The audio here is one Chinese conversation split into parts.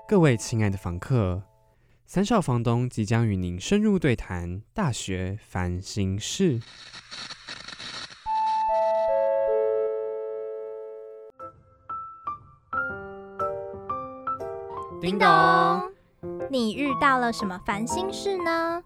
各位亲爱的房客，三少房东即将与您深入对谈大学烦心事。 叮咚，你遇到了什么烦心事呢？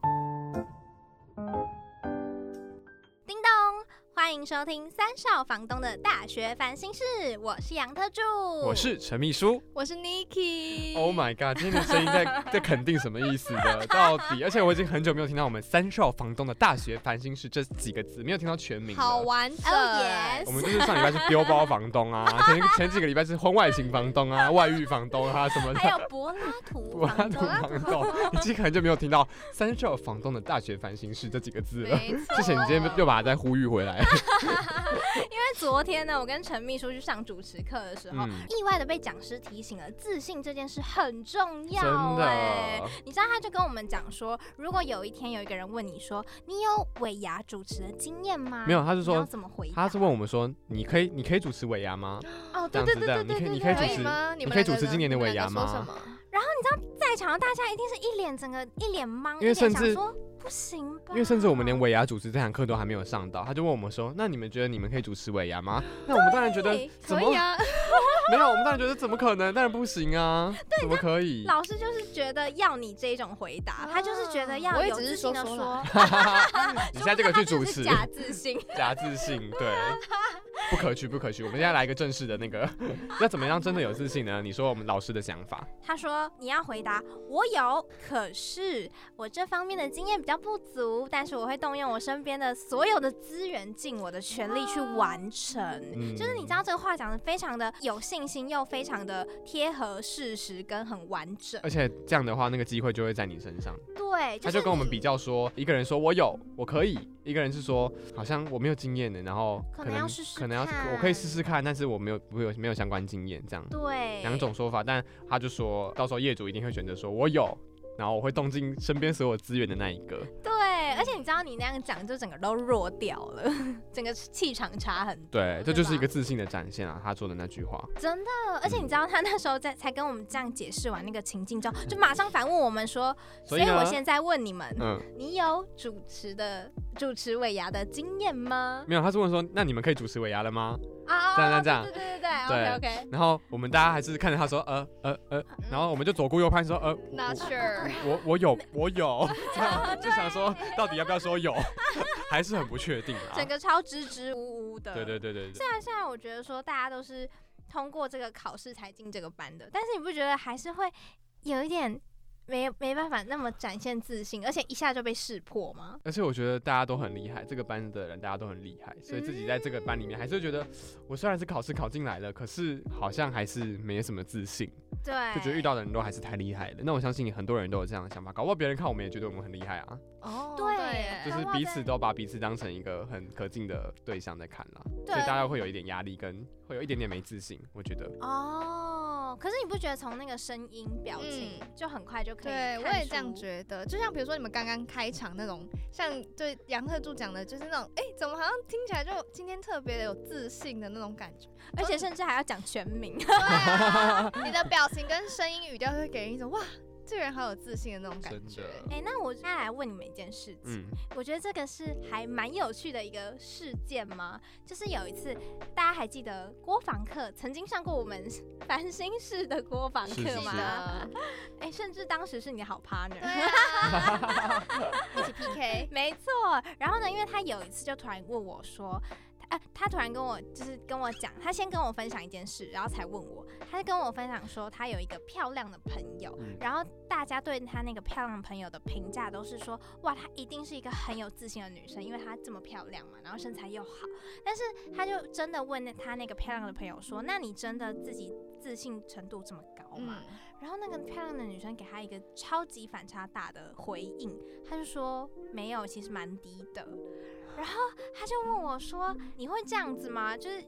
叮咚，欢迎收听三少房东的大学烦心事，我是杨特助， 我是陈秘书， 我是 Niki。 Oh my god， 今天的声音在肯定什么意思的？到底？而且我已经很久没有听到我们三少房东的大学烦心事这几个字，没有听到全名了。 好完整。 yes 我们就是上礼拜是丢包房东啊，前几个礼拜是婚外情房东啊、外遇房东啊什么的。 还有柏拉图房东， 已经很久没有听到三少房东的大学烦心事这几个字了。 没错谢谢你今天又把它再呼吁回来。 因为昨天呢，我跟陈秘书去上主持课的时候，意外的被讲师提醒了，自信这件事很重要。 真的， 你知道他就跟我们讲说，如果有一天有一个人问你说，你有尾牙主持的经验吗？ 没有，他是说你要怎么回答？ 他是问我们说，你可以主持尾牙吗？ 哦，对对对对对对， 你可以主持吗？ 你可以主持今年的尾牙吗？ 然后你知道在场的大家一定是一脸懵， 因为甚至说不行吧， 因为甚至我们连尾牙主持这堂课都还没有上到，他就问我们说，那你们觉得你们可以主持尾牙吗？那我们当然觉得怎么可以啊？ 没有，我们当然觉得怎么可能？当然不行啊！怎么可以？ 老师就是觉得要你这种回答，他就是觉得要有自信的说。 你现在这个去主持， 假自信， 假自信，对，不可取，不可取。我们现在来一个正式的那个，要怎么样真的有自信呢？你说我们老师的想法。 他说你要回答我有，可是我这方面的经验比较不足，但是我会动用我身边的所有的资源，尽我的全力去完成。就是你知道这个话讲的非常的有信心，又非常的贴合事实跟很完整， 而且这样的话，那个机会就会在你身上。 对， 他就跟我们比较说，一个人说我有，我可以；一个人是说好像我没有经验的，然后可能要试试看， 可能我可以试试看，但是我没有相关经验，这样。 对， 两种说法，但他就说到时候业主一定会选择说我有，然后我会动尽身边所有资源的那一个。 对，而且你知道你那样讲，就整个都弱掉了，整个气场差很多。 对，这就是一个自信的展现啊！他说的那句话， 真的。而且你知道他那时候才跟我们这样解释完那个情境之后，就马上反问我们说，所以我现在问你们，你有主持尾牙的经验吗？ 没有，他是问说，那你们可以主持尾牙了吗？ 啊， 这样， 对 OK。 然后我们大家还是看着他说，然后我们就左顾右盼说， Not sure， 我有，这样就想说，到底要不要说有，还是很不确定啊。 整个超支支吾吾的。 对。 虽然我觉得说大家都是通过这个考试才进这个班的，但是你不觉得还是会有一点没办法那么展现自信，而且一下就被识破吗？ 而且我觉得大家都很厉害，这个班的人大家都很厉害，所以自己在这个班里面还是会觉得，我虽然是考试考进来了，可是好像还是没什么自信。 对， 就觉得遇到的人都还是太厉害了。那我相信很多人都有这样的想法，搞不好别人看我们也觉得我们很厉害啊。 哦， 对， 就是彼此都把彼此当成一个很可敬的对象在看啦，所以大家会有一点压力，跟会有一点点没自信，我觉得。 哦，可是你不觉得从那个声音、表情就很快就可以看出？ 对，我也这样觉得。就像比如说你们刚刚开场那种，像对杨特助讲的，就是那种怎么好像听起来就今天特别的有自信的那种感觉， 而且甚至还要讲全名。 对啊，你的表情跟声音语调会给人一种哇，这个人好有自信的那种感觉。 那我现在来问你们一件事情，我觉得这个是还蛮有趣的一个事件吗？就是有一次，大家还记得郭房客曾经上过我们烦心事的郭房客吗？甚至当时是你的好 partner， 对啊，一起 PK， 没错。然后呢，因为他有一次就突然问我说。他突然跟我讲，他先跟我分享一件事，然后才问我。他就跟我分享说，他有一个漂亮的朋友，然后大家对他那个漂亮的朋友的评价都是说，哇，她一定是一个很有自信的女生，因为她这么漂亮嘛，然后身材又好。但是他就真的问他那个漂亮的朋友说，那你真的自己自信程度这么高吗？然后那个漂亮的女生给他一个超级反差大的回应，他就说没有，其实蛮低的。然后他就问我说：“你会这样子吗？就是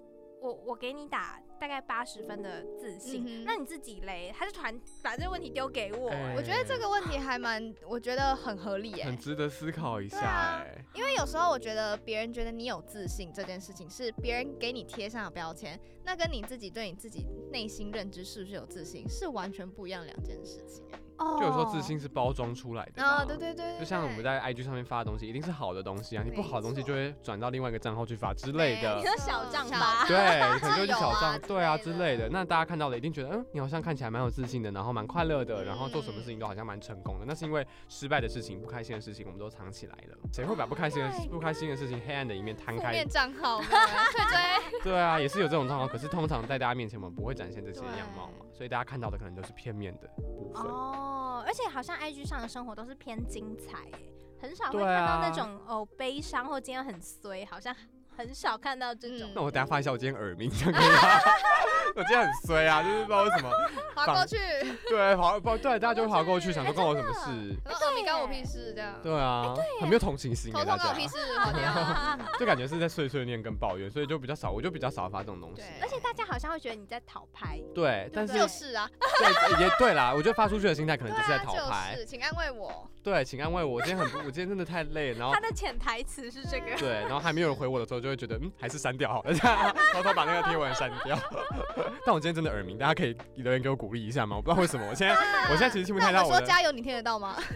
我给你打大概80分的自信，那你自己嘞？他就突然把这个问题丢给我， 我觉得这个问题我觉得很合理很值得思考一下因为有时候我觉得别人觉得你有自信这件事情是别人给你贴上的标签，那跟你自己对你自己内心认知是不是有自信是完全不一样2件事情。 就有时候自信是包装出来的嘛， 对， 就像我们在 IG 上面发的东西，一定是好的东西啊，你不好的东西就会转到另外一个账号去发之类的。 你说小账吧？ 对，可能就是小账，对啊之类的。那大家看到的一定觉得，你好像看起来蛮有自信的，然后蛮快乐的，然后做什么事情都好像蛮成功的。那是因为失败的事情、不开心的事情，我们都藏起来了。谁会把不开心的事情、黑暗的一面摊开？ 负面账号，退追。 对啊，也是有这种账号，可是通常在大家面前我们不会展现这些样貌嘛，所以大家看到的可能都是片面的部分。 而且好像 IG 上的生活都是偏精彩很少会看到那种悲伤或今天很衰，好像很少看到这种。 那我等下发一下我今天耳鸣，这样可以吗？我今天很衰啊，就是不知道为什么滑过去。 对，大家就会滑过去，想说关我什么事？ 耳鸣关我屁事这样。 对啊，很没有同情心。 头痛关我屁事，好掉。 就感觉是在碎碎念跟抱怨，所以就比较少，我就比较少发这种东西。 而且大家好像会觉得你在讨拍。 对，但是就是啊。 对，也对啦，我觉得发出去的心态可能就是在讨拍。 请安慰我。对， 请安慰我，我今天真的太累了。然后他的潜台词是这个。 对，然后还没有人回我的时候，就会觉得还是删掉好了，偷偷把那个贴文删掉。但我今天真的耳鸣，大家可以留言给我鼓励一下吗？我不知道为什么，我现在其实听不太到。 我说加油，你听得到吗？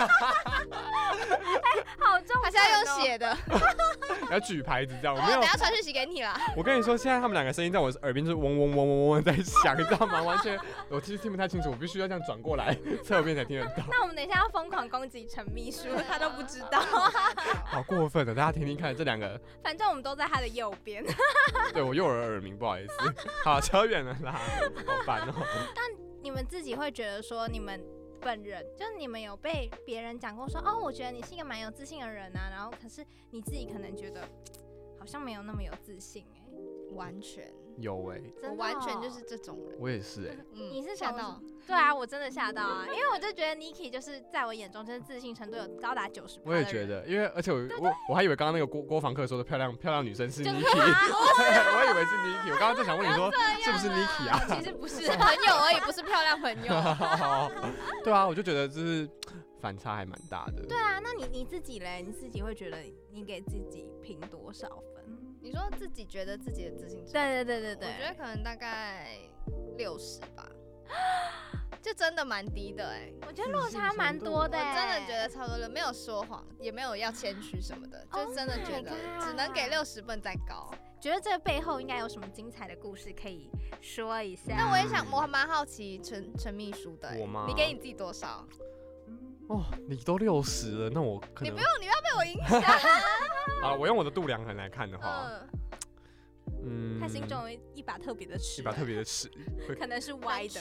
好重， 他现在用写的， 要举牌子这样。我等下传讯息给你啦。 我跟你说，现在他们2个声音在我耳边就是嗡嗡嗡嗡嗡在响，你知道吗？完全我其实听不太清楚，我必须要这样转过来，侧边才听得到。 那我们等一下要疯狂攻击陈秘书，他都不知道。 好过分的，大家听听看这2个。 反正我们都在他的右边。 对，我右耳鸣，不好意思。好，扯远了啦，好烦哦。 但你们自己会觉得说，你们本人就是你们有被别人讲过说，我觉得你是一个蛮有自信的人啊，然后可是你自己可能觉得好像没有那么有自信完全有我完全就是这种人。 我也是你是吓到？ 对啊，我真的吓到啊，因为我就觉得 Niki 就是在我眼中就是自信程度有高达90%。 我也觉得，因为而且我还以为刚刚那个郭房客说的漂亮女生是 Niki， 我以为是 Niki， 我刚刚正想问你说是不是 Niki 啊？ 其实不是， 朋友而已，不是漂亮朋友。 对啊，我就觉得就是反差还蛮大的。 对啊，那你自己嘞？你自己会觉得你给自己评多少分？ 你说自己觉得自己的自信程度？ 对， 我觉得可能大概60吧。就真的蛮低的我觉得落差蛮多的我真的觉得差不多了，没有说谎，也没有要谦虚什么的，就真的觉得只能给60分再高。 觉得这个背后应该有什么精彩的故事可以说一下？ 那我也想，我还蛮好奇陈秘书的我吗？ 你给你自己多少？ 你都60了，那我可能你不要被我影响。 好，我用我的度量衡来看的话。 他心中有一把特别的尺，可能是歪的。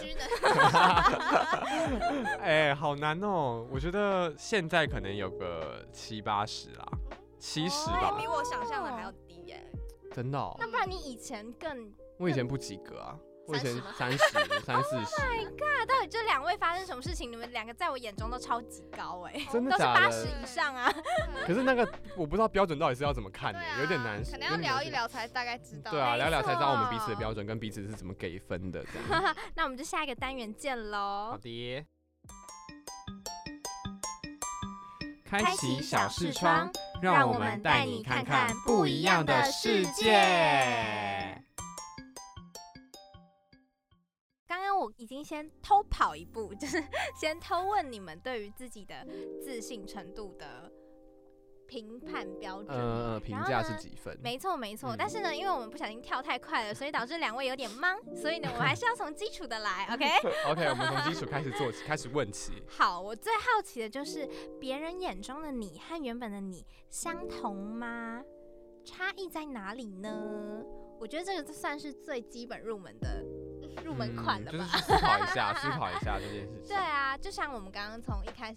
好难哦。我觉得现在可能有个70、80啦，70吧。 比我想象的还要低真的那不然你以前更？ 我以前不及格啊。我以前30、40。 Oh my god！ 到底这2位发生什么事情？你们2个在我眼中都超级高真的假的？ 都是80以上啊。 可是那个我不知道标准到底是要怎么看有点难。 可能要聊一聊才大概知道。 对啊，聊一聊才知道我们彼此的标准跟彼此是怎么给分的这样。 那我们就下一个单元见喽。 好的。开启小视窗，让我们带你看看不一样的世界。 刚刚我已经先偷跑一步，就是先偷问你们对于自己的自信程度的评判标准。 评价是几分？ 没错。但是呢，因为我们不小心跳太快了，所以导致2位有点懵，所以呢，我们还是要从基础的来 ，OK？ OK， 我们从基础开始做起，开始问起。 好，我最好奇的就是别人眼中的你和原本的你相同吗？差异在哪里呢？我觉得这个算是最基本入门款了吧。 就是思考一下这件事情。 对啊，就像我们刚刚从一开始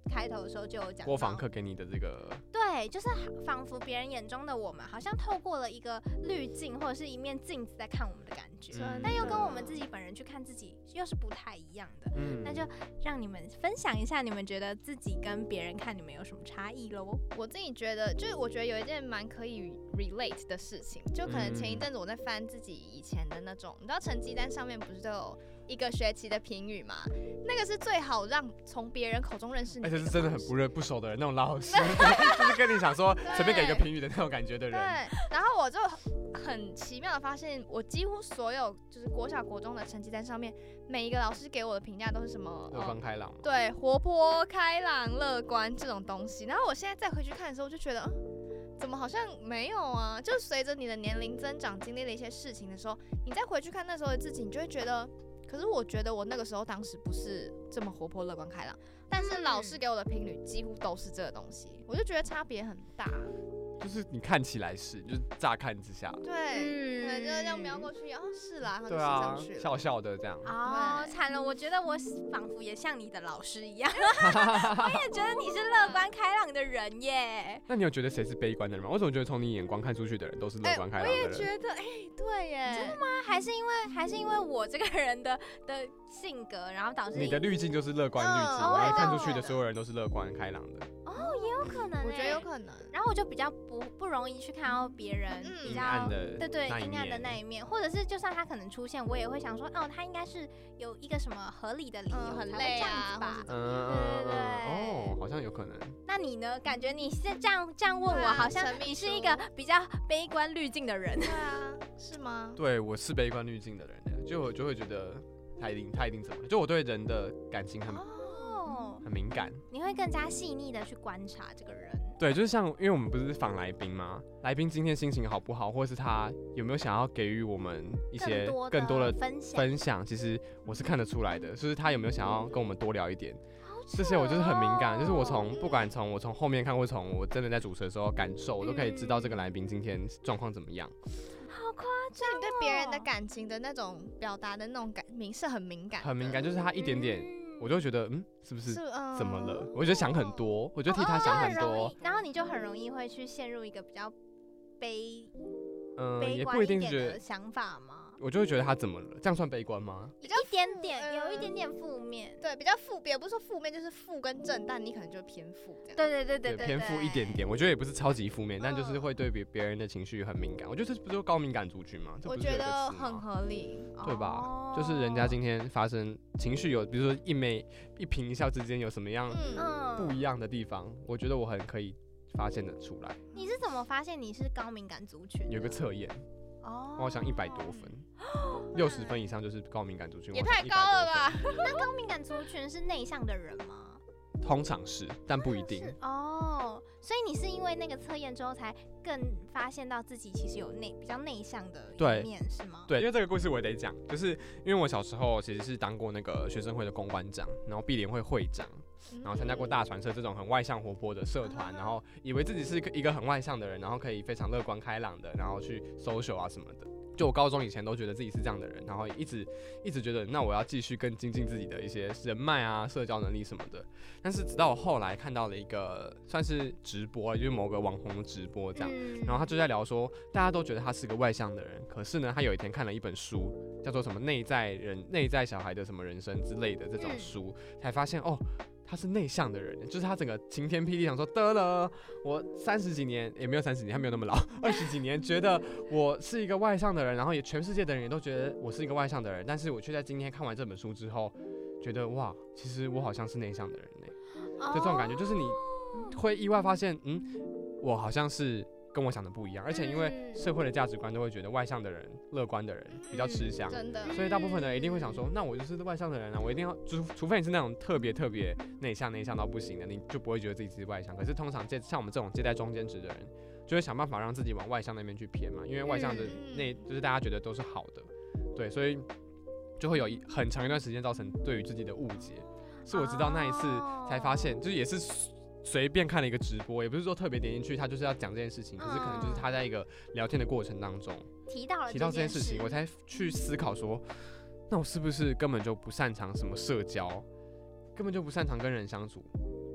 开头的时候就有讲到， 播访客给你的这个， 对，就是仿佛别人眼中的我们，好像透过了一个滤镜或者是一面镜子在看我们的感觉，但又跟我们自己本人去看自己又是不太一样的。那就让你们分享一下，你们觉得自己跟别人看你们有什么差异咯？ 我自己觉得，就是我觉得有一件蛮可以 relate 的事情，就可能前一阵子我在翻自己以前的那种，你知道成绩单上面不是都有一个学期的评语吗？那个是最好让从别人口中认识你的， 而且是真的很不熟的人，那种老师，就是跟你想说随便给一个评语的那种感觉的人。 对，然后我就很奇妙的发现，我几乎所有就是国小国中的成绩单上面，每一个老师给我的评价都是什么乐观开朗， 对，活泼开朗乐观这种东西。然后我现在再回去看的时候，我就觉得怎么好像没有啊？就随着你的年龄增长，经历了一些事情的时候，你再回去看那时候的自己，你就会觉得，可是我觉得我那个时候当时不是这么活泼乐观开朗，但是老师给我的评语几乎都是这个东西，我就觉得差别很大。 就是你看起来是，就是乍看之下， 对，可能就是这样瞄过去，是啦， 对啊，笑笑的这样。 哦，惨了，我觉得我仿佛也像你的老师一样，我也觉得你是乐观开朗的人耶。 那你有觉得谁是悲观的人吗？我怎么觉得从你眼光看出去的人都是乐观开朗的人？ 我也觉得，对耶。 真的吗？还是因为我这个人的性格，然后导致你的滤镜就是乐观滤镜，然后看出去的所有人都是乐观开朗的。 哦，也有可能， 我觉得有可能。 然后我就比较不容易去看到别人比较对阴暗的那一面，或者是就算他可能出现，我也会想说，哦，他应该是有一个什么合理的理由很累啊吧？ 对。 哦，好像有可能。 那你呢？感觉你是这样问我，好像你是一个比较悲观滤镜的人。 对啊，是吗？ 对，我是悲观滤镜的人，就我就会觉得他一定怎么了？就我对人的感情很敏感， 你会更加细腻的去观察这个人。 对，就是像，因为我们不是访来宾吗？来宾今天心情好不好，或是他有没有想要给予我们一些更多的分享，其实我是看得出来的，就是他有没有想要跟我们多聊一点。这些我就是很敏感，就是我不管从后面看，或从我真的在主持的时候感受，我都可以知道这个来宾今天状况怎么样。 好夸张！ 你对别人的感情的那种表达的那种是很敏感， 很敏感，就是他一点点，我就会觉得是不是怎么了？我觉得想很多，我就替他想很多， 然后你就很容易会去陷入一个比较悲也观一点的想法吗？ 我就会觉得他怎么了？这样算悲观吗？ 一点点，有一点点负面。 对，比较负，也不是说负面，就是负跟正，但你可能就偏负这样。 对， 偏负一点点。我觉得也不是超级负面，但就是会对别人的情绪很敏感。我觉得这不是高敏感族群吗？ 我觉得很合理， 对吧？就是人家今天发生情绪有，比如说一颦一笑之间有什么样不一样的地方，我觉得我很可以发现得出来。 你是怎么发现你是高敏感族群？ 有个测验。我好像100多分，60分以上就是高敏感族群， 也太高了吧？ 那高敏感族群是内向的人吗？ 通常是，但不一定。 所以你是因为那个测验之后，才更发现到自己其实有比较内向的一面，是吗？ 对，因为这个故事我也得讲，就是因为我小时候其实是当过那个学生会的公关长，然后碧联会会长，然后参加过大传社这种很外向活泼的社团，然后以为自己是一个很外向的人，然后可以非常乐观开朗的，然后去 social 啊什么的。就我高中以前都觉得自己是这样的人，然后一直觉得那我要继续更精进自己的一些人脉啊、社交能力什么的。但是直到我后来看到了一个算是直播，就是某个网红的直播这样，然后他就在聊说，大家都觉得他是个外向的人，可是呢，他有一天看了一本书，叫做什么内在小孩的什么人生之类的这种书，才发现他是内向的人，就是他整个晴天霹雳，想说得了，我30几年也没有30几年，他没有那么老，20几年觉得我是一个外向的人，然后也全世界的人也都觉得我是一个外向的人，但是我却在今天看完这本书之后，觉得哇，其实我好像是内向的人就这种感觉，就是你会意外发现，我好像是跟我想的不一样，而且因为社会的价值观都会觉得外向的人、乐观的人比较吃香， 真的， 所以大部分的人一定会想说，那我就是外向的人啊，我一定要，除非你是那种特别内向到不行的，你就不会觉得自己是外向。可是通常像我们这种介在中间值的人，就会想办法让自己往外向那边去偏嘛，因为外向的就是大家觉得都是好的，对，所以就会有很长一段时间造成对于自己的误解。是我直到那一次才发现，就是也是随便看了一个直播，也不是说特别点进去，他就是要讲这件事情，可是可能就是他在一个聊天的过程当中提到这件事情，我才去思考说，那我是不是根本就不擅长什么社交，根本就不擅长跟人相处，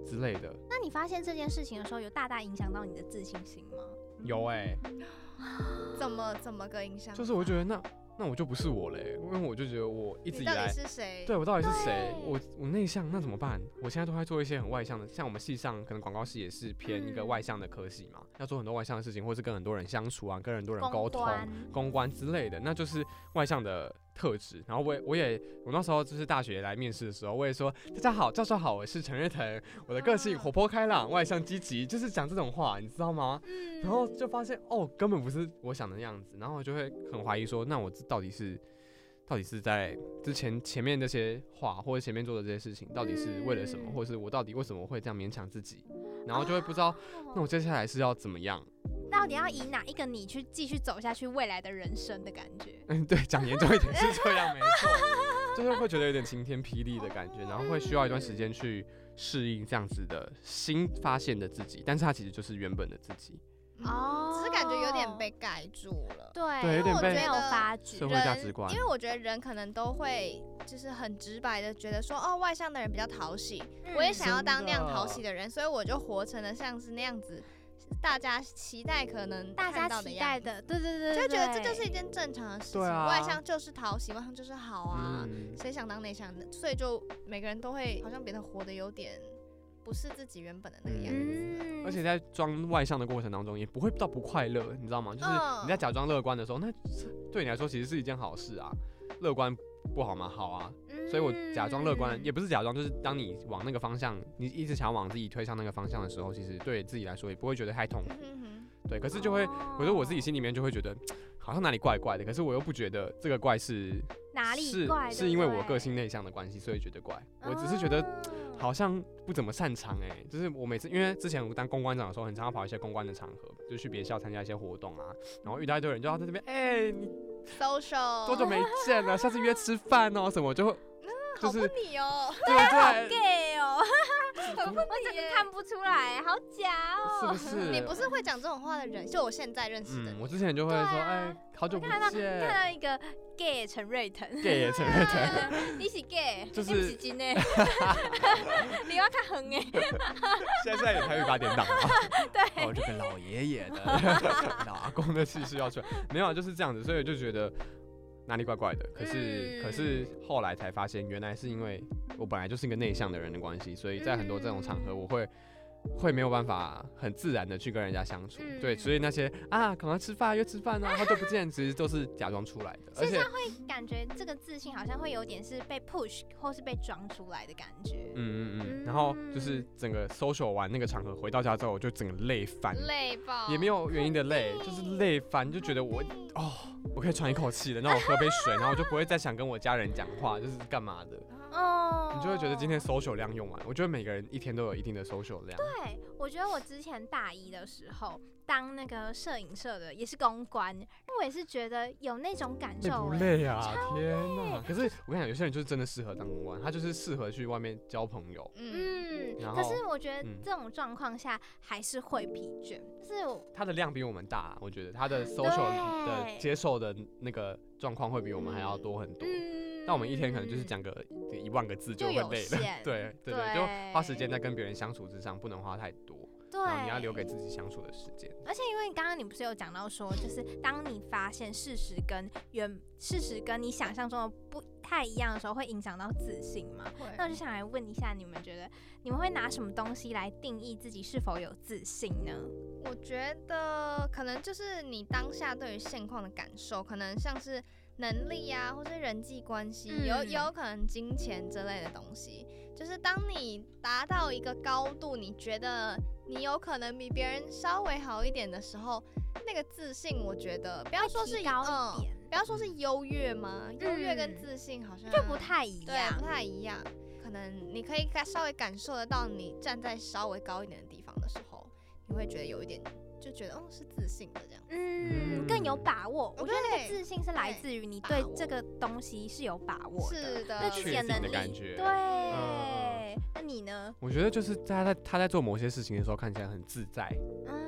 之类的。 那你发现这件事情的时候，有大大影响到你的自信心吗？ 有怎么个影响？ 就是我觉得那我就不是我嘞，因为我就觉得我一直以来， 你到底是谁？ 对我到底是谁？我内向，那怎么办？我现在都在做一些很外向的，像我们系上可能广告系也是偏一个外向的科系嘛，要做很多外向的事情，或是跟很多人相处啊，跟很多人沟通、公关之类的，那就是外向的特质。然后我那时候就是大学来面试的时候，我也说大家好，教授好，我是陈瑞腾，我的个性活泼开朗、外向积极，就是讲这种话，你知道吗？然后就发现根本不是我想的样子，然后我就会很怀疑说，那我到底是在之前面这些话，或者前面做的这些事情，到底是为了什么，或者是我到底为什么会这样勉强自己？然后就会不知道，那我接下来是要怎么样？ 到底要以哪一个你去继续走下去未来的人生的感觉？ 对，讲严重一点是这样，没错，就是会觉得有点晴天霹雳的感觉，然后会需要一段时间去适应这样子的新发现的自己，但是它其实就是原本的自己。 只是感觉有点被盖住了。 对，有点被没有发觉社会价值观。 因为我觉得人可能都会就是很直白的觉得说，外向的人比较讨喜，我也想要当那样讨喜的人，所以我就活成了像是那样子，大家期待可能看到的样子， 对， 就觉得这就是一件正常的事情。外向就是讨喜，外向就是好啊，谁想当内向的？所以就每个人都会好像变得活得有点不是自己原本的那个样子。 而且在装外向的过程当中，也不会到不快乐，你知道吗？就是你在假装乐观的时候，那对你来说其实是一件好事啊。乐观不好吗？好啊。所以我假装乐观，也不是假装，就是当你往那个方向，你一直想要往自己推向那个方向的时候，其实对自己来说也不会觉得太痛苦。对，可是就会，可是我自己心里面就会觉得，好像哪里怪怪的。可是我又不觉得这个怪是哪里怪， 是因为我个性内向的关系，所以觉得怪。我只是觉得好像不怎么擅长就是我每次因为之前我当公关长的时候，很常要跑一些公关的场合，就去别校参加一些活动啊，然后遇到一堆人就要在这边，你 social 多久没见了，下次约吃饭什么就会。就是好不你对， 好 gay 很不我真的看不出来，好假是不是？ 你不是会讲这种话的人，就我现在认识的你。 我之前就会说，好久不见。 看到一个 gay 陈瑞腾 ，gay 陈瑞腾， 你是 gay， 就是你不是真的，你要看横现在有台语八点档吗？ 对， 这个老爷爷的老阿公的气势要出来，没有，就是这样子，所以就觉得。哪里怪怪的？可是后来才发现，原来是因为我本来就是一个内向的人的关系，所以在很多这种场合，我会没有办法很自然的去跟人家相处。对，所以那些赶快吃饭约吃饭好久不见，其实都是假装出来的。 而且会感觉这个自信好像会有点是被 push 或是被装出来的感觉。 然后就是整个 social 完那个场合，回到家之后我就整个累翻， 累爆， 也没有原因的累，就是累翻，就觉得我可以喘一口气了，让我喝杯水，然后我就不会再想跟我家人讲话，就是干嘛的。你就会觉得今天 social 量用完。我觉得每个人一天都有一定的 social 量。 对，我觉得我之前大一的时候当那个摄影社的，也是公关，我也是觉得有那种感受。 累不累啊？天哪！可是我跟你讲，有些人就是真的适合当公关，他就是适合去外面交朋友。 可是我觉得这种状况下还是会疲倦，就是他的量比我们大，我觉得他的 social 的接受的那个状况会比我们还要多很多。那我们一天可能就是讲个1万个字就会累了，对，就花时间在跟别人相处之上，不能花太多。然后你要留给自己相处的时间。 而且因为刚刚你不是有讲到说，就是当你发现事实跟你想象中的不太一样的时候，会影响到自信嘛？那我就想来问一下，你们觉得你们会拿什么东西来定义自己是否有自信呢？ 我觉得可能就是你当下对于现况的感受，可能像是能力啊，或是人际关系，也有可能金钱之类的东西。就是当你达到一个高度，你觉得你有可能比别人稍微好一点的时候，那个自信，我觉得不要说是高一点， 不要说是优越吗？优越跟自信好像就不太一样， 对，不太一样。可能你可以稍微感受得到，你站在稍微高一点的地方的时候，你会觉得有一点。就觉得是自信的这样， 更有把握。我觉得那个自信是来自于你对这个东西是有把握的， 是的， 对自己的能力。 感觉对，那你呢？ 我觉得就是他在做某些事情的时候看起来很自在，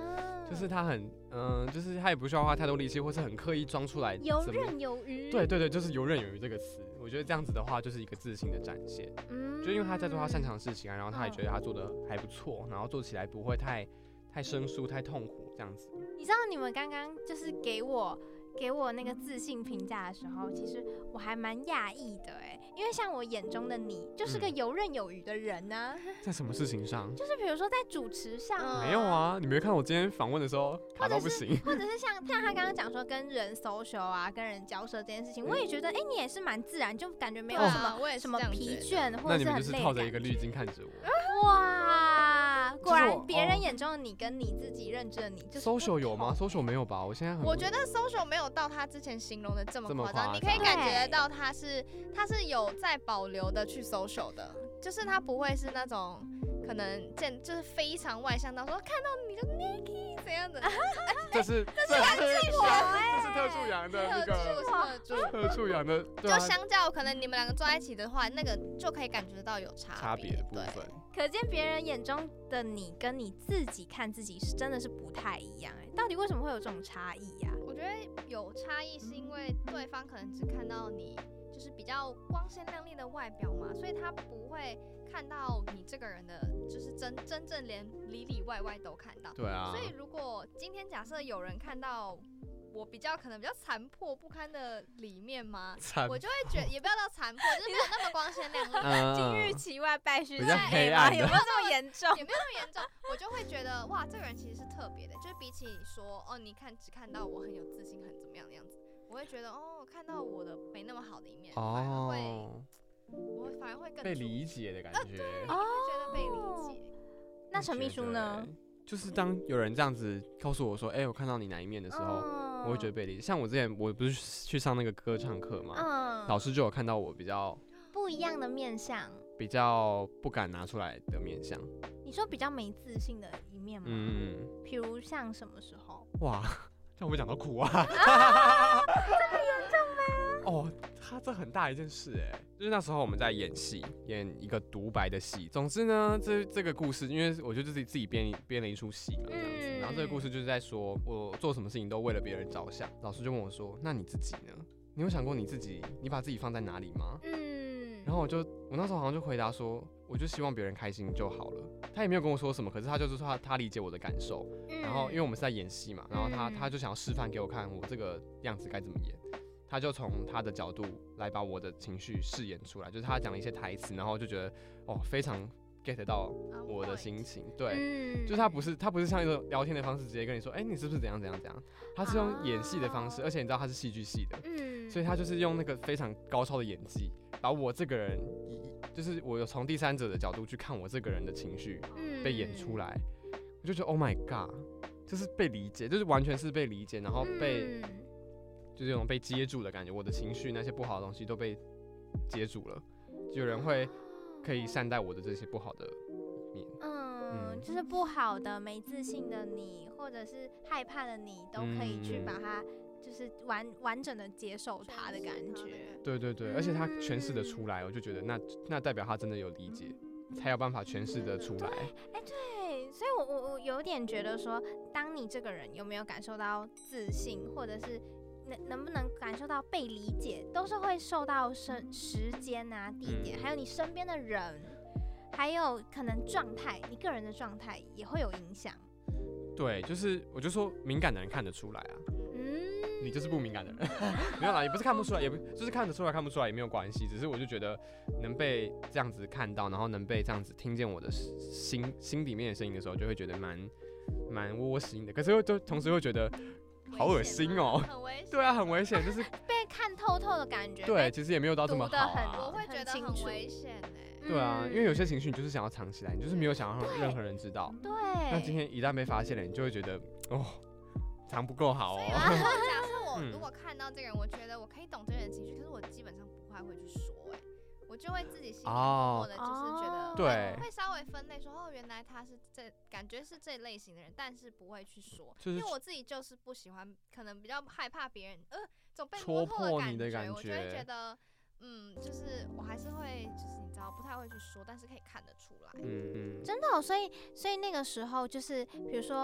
就是他很就是他也不需要花太多力气，或是很刻意装出来游刃有余。 对对对，就是游刃有余这个词，我觉得这样子的话就是一个自信的展现。就因为他在做他擅长的事情啊，然后他也觉得他做的还不错，然后做起来不会太生疏、太痛苦这样子。 你知道你们刚刚就是给我那个自信评价的时候，其实我还蛮讶异的因为像我眼中的你就是个游刃有余的人呢。 在什么事情上？ 就是比如说在主持上。 没有啊，你没看我今天访问的时候卡到不行。 或者是像他刚刚讲说跟人 social 啊，跟人交涉这件事情，我也觉得你也是蛮自然，就感觉没有什么疲倦或者是很累的感觉。 那你们就是套着一个滤镜看着我。哇，果然别人眼中的你跟你自己认知的你就是。 social 有吗 ？social 没有吧？我现在我觉得 social 没有到他之前形容的这么夸张，你可以感觉得到他是有在保留的去 social 的，就是他不会是那种可能就是非常外向到说看到你就 Niki 怎样的。 这是特助羊的那个特助羊的， 就相较可能你们两个坐在一起的话，那个就可以感觉到有差别的部分。 可见别人眼中的你跟你自己看自己是真的是不太一样到底为什么会有这种差异呀？ 我觉得有差异是因为对方可能只看到你就是比较光鲜亮丽的外表嘛，所以他不会看到你这个人的就是真正连里外都看到。 对啊。 所以如果今天假设有人看到我可能比较残破不堪的里面嘛，我就会觉得也不要到残破，就是没有那么光鲜亮丽， 金玉其外败絮在黑暗， 有没有这么严重？ 也没有那么严重，我就会觉得哇，这个人其实是特别的，就是比起说你只看到我很有自信很怎么样的样子，我会觉得看到我的没那么好的一面，我反而会更被理解的感觉， 对，会觉得被理解。 那陈秘书呢？ 就是当有人这样子告诉我说，我看到你哪一面的时候，我会觉得被理解。像我之前我不是去上那个歌唱课嘛，老师就有看到我比较不一样的面相， 比较不敢拿出来的面相。 你说比较没自信的一面吗？比如像什么时候？ 哇，这样我会讲到哭啊！ 这么严重吗？ 这很大一件事就是那时候我们在演戏，演一个独白的戏。总之呢，这个故事，因为我就自己编了一出戏嘛，这样子。然后这个故事就是在说我做什么事情都为了别人着想。老师就问我说：“那你自己呢？你有想过你把自己放在哪里吗？”然后我那时候好像就回答说，我就希望别人开心就好了。他也没有跟我说什么，可是他就是说他理解我的感受。然后因为我们是在演戏嘛，然后他就想要示范给我看我这个样子该怎么演。他就从他的角度来把我的情绪饰演出来，就是他讲了一些台词，然后就觉得非常 get 到我的心情。对，就是他不是像一个聊天的方式直接跟你说，你是不是怎样，他是用演戏的方式，而且你知道他是戏剧系的，所以他就是用那个非常高超的演技，把我这个人就是我有从第三者的角度去看我这个人的情绪被演出来，我就觉得 Oh my god， 就是被理解，就是完全是被理解，然后就是有种被接住的感觉，我的情绪那些不好的东西都被接住了，就有人会可以善待我的这些不好的一面。 就是不好的、没自信的你，或者是害怕的你，都可以去把它就是完整的接受它的感觉。 对对对，而且他诠释的出来，我就觉得那代表他真的有理解，才有办法诠释的出来。 对，所以我有点觉得说，当你这个人有没有感受到自信，或者是能不能感受到被理解，都是会受到时间啊、地点，还有你身边的人，还有可能状态，你个人的状态也会有影响。 对，就是我就说敏感的人看得出来啊，你就是不敏感的人，没有啦，也不是看不出来，就是看得出来看不出来也没有关系，只是我就觉得能被这样子看到，然后能被这样子听见我的心里面的声音的时候，就会觉得蛮窝心的，可是就同时会觉得。好恶心哦！ 很危险。 对啊，很危险，就是被看透的感觉。 对，其实也没有到这么好啊。 我会觉得很危险对啊，因为有些情绪你就是想要藏起来，你就是没有想要让任何人知道。 对。 那今天一旦被发现了，你就会觉得藏不够好哦。 假设我如果看到这个人，我觉得我可以懂这个人情绪，可是我基本上不太会去说我就会自己心里默默的，就是觉得会稍微分类说，原来他是感觉是这类型的人，但是不会去说，因为我自己就是不喜欢，可能比较害怕别人总被摸透的感觉，我就会觉得就是我还是会，就是你知道不太会去说，但是可以看得出来。 真的所以那个时候就是，比如说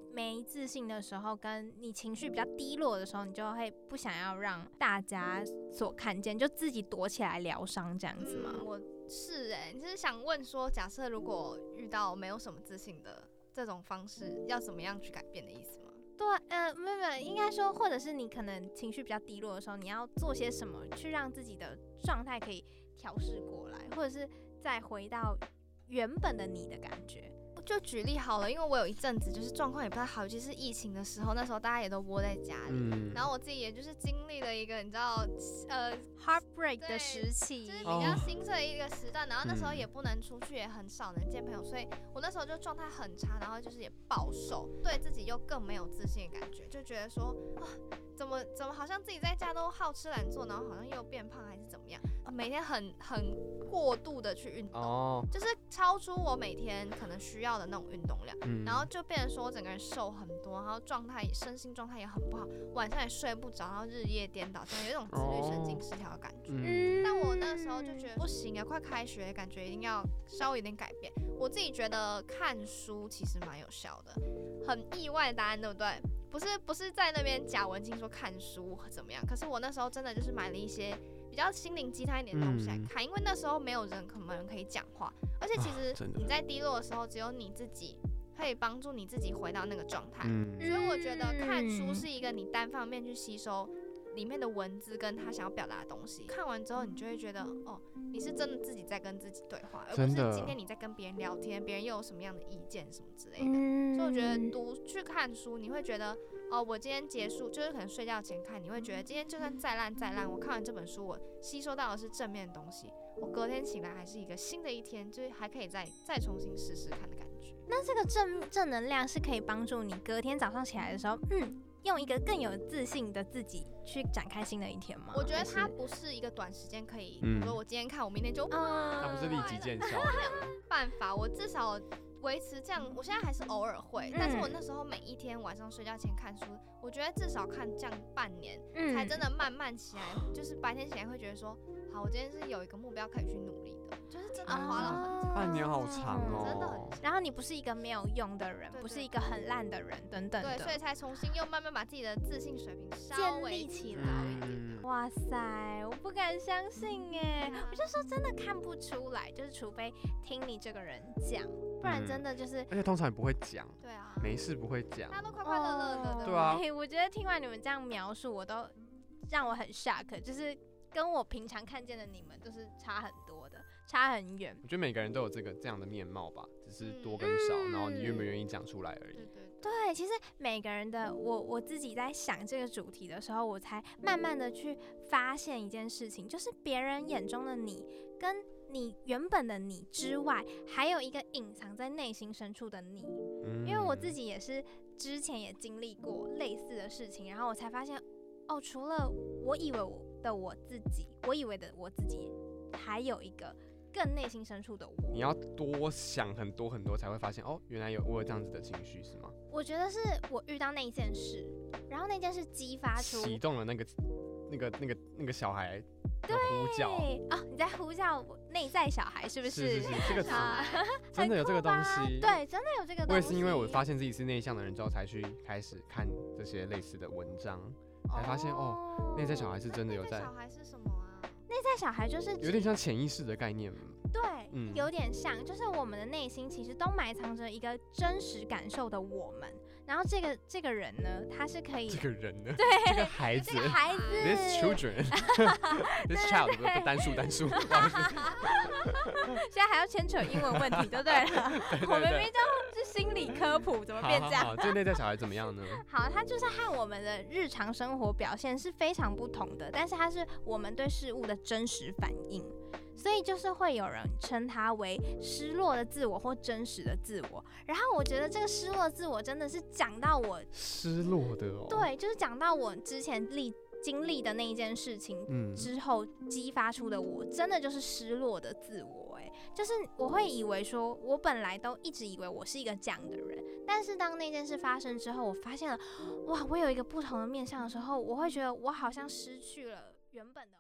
没自信的时候，跟你情绪比较低落的时候，你就会不想要让大家所看见，就自己躲起来疗伤这样子吗？ 我是你是想问说，假设如果遇到没有什么自信的这种方式，要怎么样去改变的意思吗？ 对，没有，应该说，或者是你可能情绪比较低落的时候，你要做些什么去让自己的状态可以调试过来，或者是再回到原本的你的感觉。 就举例好了，因为我有一阵子就是状况也不太好，尤其是疫情的时候，那时候大家也都窝在家里，然后我自己也就是经历了一个你知道 heartbreak 的时期， 就是比较心碎的一个时段，然后那时候也不能出去，也很少能见朋友，所以我那时候就状态很差，然后就是也暴瘦，对自己又更没有自信的感觉，就觉得说怎么好像自己在家都好吃懒做，然后好像又变胖还是怎么样，每天很过度的去运动，就是超出我每天可能需要的那种运动量，然后就变成说我整个人瘦很多，然后身心状态也很不好，晚上也睡不着，然后日夜颠倒，这样有一种自律神经失调的感觉。但我那时候就觉得不行啊，快开学，感觉一定要稍微有点改变。我自己觉得看书其实蛮有效的，很意外的答案，对不对？不是在那边假文青说看书怎么样，可是我那时候真的就是买了一些比较心灵鸡汤一点的东西来看，因为那时候没有人可以讲话，而且其实你在低落的时候，只有你自己可以帮助你自己回到那个状态，所以我觉得看书是一个你单方面去吸收里面的文字跟他想要表达的东西，看完之后你就会觉得你是真的自己在跟自己对话，而不是今天你在跟别人聊天，别人又有什么样的意见什么之类的。所以我觉得去看书，你会觉得我今天结束，就是可能睡觉前看，你会觉得今天就算再烂，我看完这本书，我吸收到的是正面的东西，我隔天醒来还是一个新的一天，就是还可以再重新试试看的感觉。 那这个正能量是可以帮助你隔天早上起来的时候，用一个更有自信的自己去展开新的一天吗？ 我觉得它不是一个短时间可以，比如说我今天看，我明天就它不是立即见效的办法。我至少维持这样，我现在还是偶尔会，但是我那时候每一天晚上睡觉前看书，我觉得至少看这样半年，才真的慢慢起来，就是白天起来会觉得说，好，我今天是有一个目标可以去努力的，就是真的花了很长， 半年好长真的很长。 然后你不是一个没有用的人，不是一个很烂的人，等等的， 对，所以才重新又慢慢把自己的自信水平建立起来。哇塞，我不敢相信耶！我就说真的看不出来，就是除非听你这个人讲，不然真的就是， 而且通常也不会讲， 对啊， 没事不会讲， 大家都快快乐乐的， 对啊。 我觉得听完你们这样描述，我都让我很 shock， 就是跟我平常看见的你们就是差很多的，差很远。 我觉得每个人都有这样的面貌吧，只是多跟少，然后你愿不愿意讲出来而已。 对，其实每个人的我自己在想这个主题的时候，我才慢慢的去发现一件事情，就是别人眼中的你跟你原本的你之外，还有一个隐藏在内心深处的你。因为我自己也是之前也经历过类似的事情，然后我才发现，除了我以为的我自己，还有一个更内心深处的我。 你要多想很多很多，才会发现原来我有这样子的情绪，是吗？ 我觉得是我遇到那一件事，然后那件事激发出启动了那个小孩的呼叫。 你在呼叫内在小孩，是不是？ 是这个词真的有这个东西。 对，真的有这个东西。 我也是因为我发现自己是内向的人之后，才去开始看这些类似的文章，才发现内在小孩是真的有在。 内在小孩是什么啊？ 内在小孩就是有点像潜意识的概念。 对，有点像，就是我们的内心其实都埋藏着一个真实感受的我们。然后这个人呢，他是可以这个人呢， 对， 这个孩子 ，this children，this child， 单数，不好意思， 现在还要牵扯英文问题，对不对了？我们明明就是心理科普，怎么变这样？ 好，这个内在小孩怎么样呢？ 好，他就是和我们的日常生活表现是非常不同的，但是它是我们对事物的真实反应。所以就是会有人称它为失落的自我或真实的自我。然后我觉得这个失落的自我真的是讲到我失落的对，就是讲到我之前经历的那一件事情之后激发出的我，真的就是失落的自我。就是我会以为说，我本来都一直以为我是一个这样的人，但是当那件事发生之后，我发现了，哇，我有一个不同的面向的时候，我会觉得我好像失去了原本的。